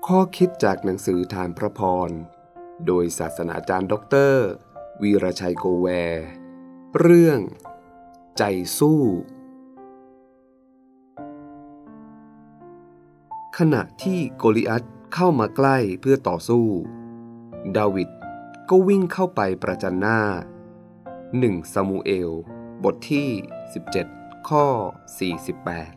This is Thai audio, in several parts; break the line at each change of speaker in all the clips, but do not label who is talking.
ข้อคิดจากหนังสือทานพระพรโดยศาสนาจารย์ด็อกเตอร์วีรชัยโกแวร์เรื่องใจสู้ขณะที่โกลิอัทเข้ามาใกล้เพื่อต่อสู้ดาวิดก็วิ่งเข้าไปประจันหน้า1 ซามูเอลบทที่17ข้อ48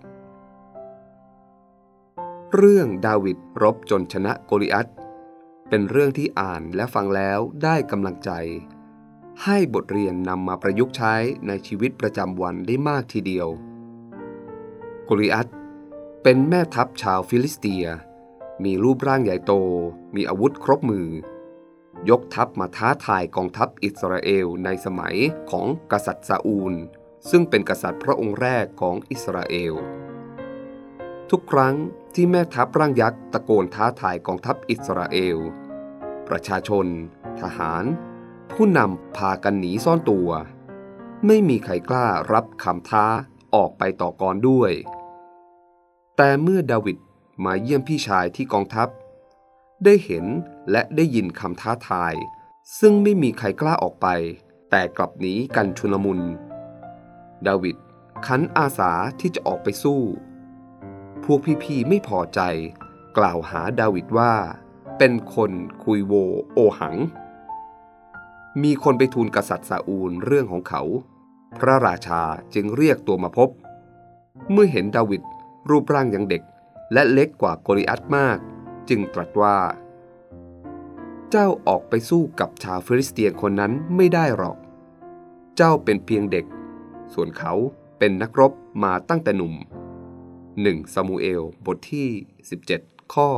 เรื่องดาวิดรบจนชนะโกลิอัทเป็นเรื่องที่อ่านและฟังแล้วได้กำลังใจให้บทเรียนนำมาประยุกต์ใช้ในชีวิตประจำวันได้มากทีเดียวโกลิอัทเป็นแม่ทัพชาวฟิลิสเตียมีรูปร่างใหญ่โตมีอาวุธครบมือยกทัพมาท้าทายกองทัพอิสราเอลในสมัยของกษัตริย์ซาอูลซึ่งเป็นกษัตริย์พระองค์แรกของอิสราเอลทุกครั้งที่แม่ทัพร่างยักษ์ตะโกนท้าทายกองทัพอิสราเอลประชาชนทหารผู้นำพากันหนีซ่อนตัวไม่มีใครกล้ารับคำท้าออกไปต่อกรด้วยแต่เมื่อดาวิดมาเยี่ยมพี่ชายที่กองทัพได้เห็นและได้ยินคำท้าทายซึ่งไม่มีใครกล้าออกไปแต่กลับหนีกันชุลมุนดาวิดขันอาสาที่จะออกไปสู้พวกพี่ๆไม่พอใจกล่าวหาดาวิดว่าเป็นคนคุยโวโอหังมีคนไปทูลกษัตริย์ซาอูลเรื่องของเขาพระราชาจึงเรียกตัวมาพบเมื่อเห็นดาวิดรูปร่างยังเด็กและเล็กกว่าโกลิอัทมากจึงตรัสว่าเจ้าออกไปสู้กับชาวฟิลิสเตียนคนนั้นไม่ได้หรอกเจ้าเป็นเพียงเด็กส่วนเขาเป็นนักรบมาตั้งแต่หนุ่ม1 ซามูเอลบทที่17ข้อ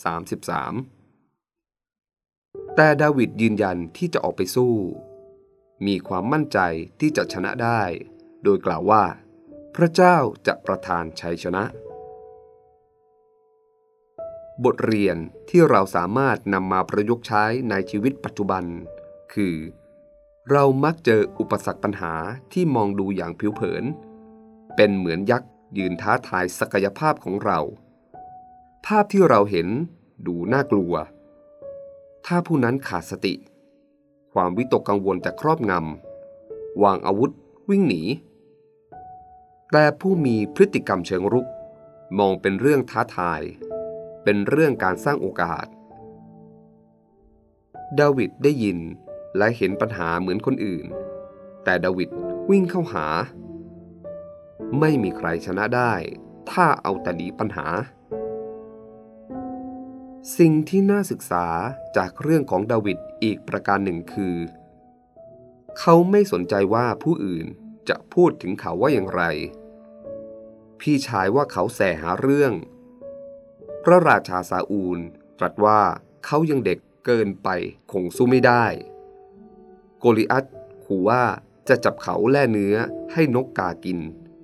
33แต่ดาวิดยืนยันที่จะออกไปสู้มีความมั่นใจที่จะชนะได้โดยกล่าวว่าพระเจ้าจะประทานชัยชนะบทเรียนที่เราสามารถนำมาประยุกต์ใช้ในชีวิตปัจจุบันคือเรามักเจออุปสรรคปัญหาที่มองดูอย่างผิวเผินเป็นเหมือนยักษ์ยืนท้าทายศักยภาพของเราภาพที่เราเห็นดูน่ากลัวถ้าผู้นั้นขาดสติความวิตกกังวลจะครอบงำวางอาวุธวิ่งหนีแต่ผู้มีพฤติกรรมเชิงรุกมองเป็นเรื่องท้าทายเป็นเรื่องการสร้างโอกาสดาวิดได้ยินและเห็นปัญหาเหมือนคนอื่นแต่ดาวิดวิ่งเข้าหาไม่มีใครชนะได้ถ้าเอาแต่หนีปัญหาสิ่งที่น่าศึกษาจากเรื่องของดาวิดอีกประการหนึ่งคือเขาไม่สนใจว่าผู้อื่นจะพูดถึงเขาว่าอย่างไรพี่ชายว่าเขาแสหาเรื่องพระราชาซาอูลตรัสว่าเขายังเด็กเกินไปคงสู้ไม่ได้โกลิอัทขู่ว่าจะจับเขาแล่เนื้อให้นกกากิน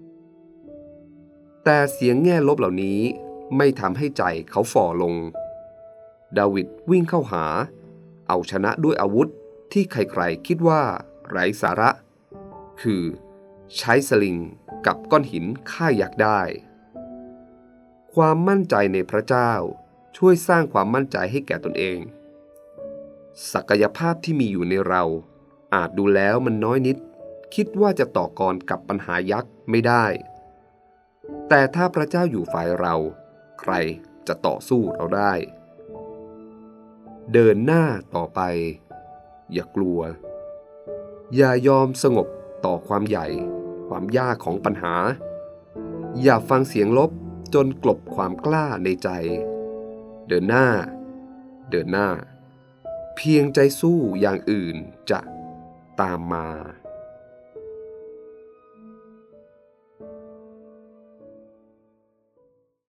แต่เสียงแง่ลบเหล่านี้ไม่ทำให้ใจเขาฝ่อลงดาวิดวิ่งเข้าหาเอาชนะด้วยอาวุธที่ใครๆคิดว่าไร้สาระคือใช้สลิงกับก้อนหินฆ่ายักษ์ได้ความมั่นใจในพระเจ้าช่วยสร้างความมั่นใจให้แก่ตนเองศักยภาพที่มีอยู่ในเราอาจดูแล้วมันน้อยนิดคิดว่าจะต่อกรกับปัญหายักษ์ไม่ได้แต่ถ้าพระเจ้าอยู่ฝ่ายเราใครจะต่อสู้เราได้เดินหน้าต่อไปอย่ากลัวอย่ายอมสงบต่อความใหญ่ความยากของปัญหาอย่าฟังเสียงลบจนกลบความกล้าในใจเดินหน้าเพียงใจสู้อย่างอื่นจะตามมา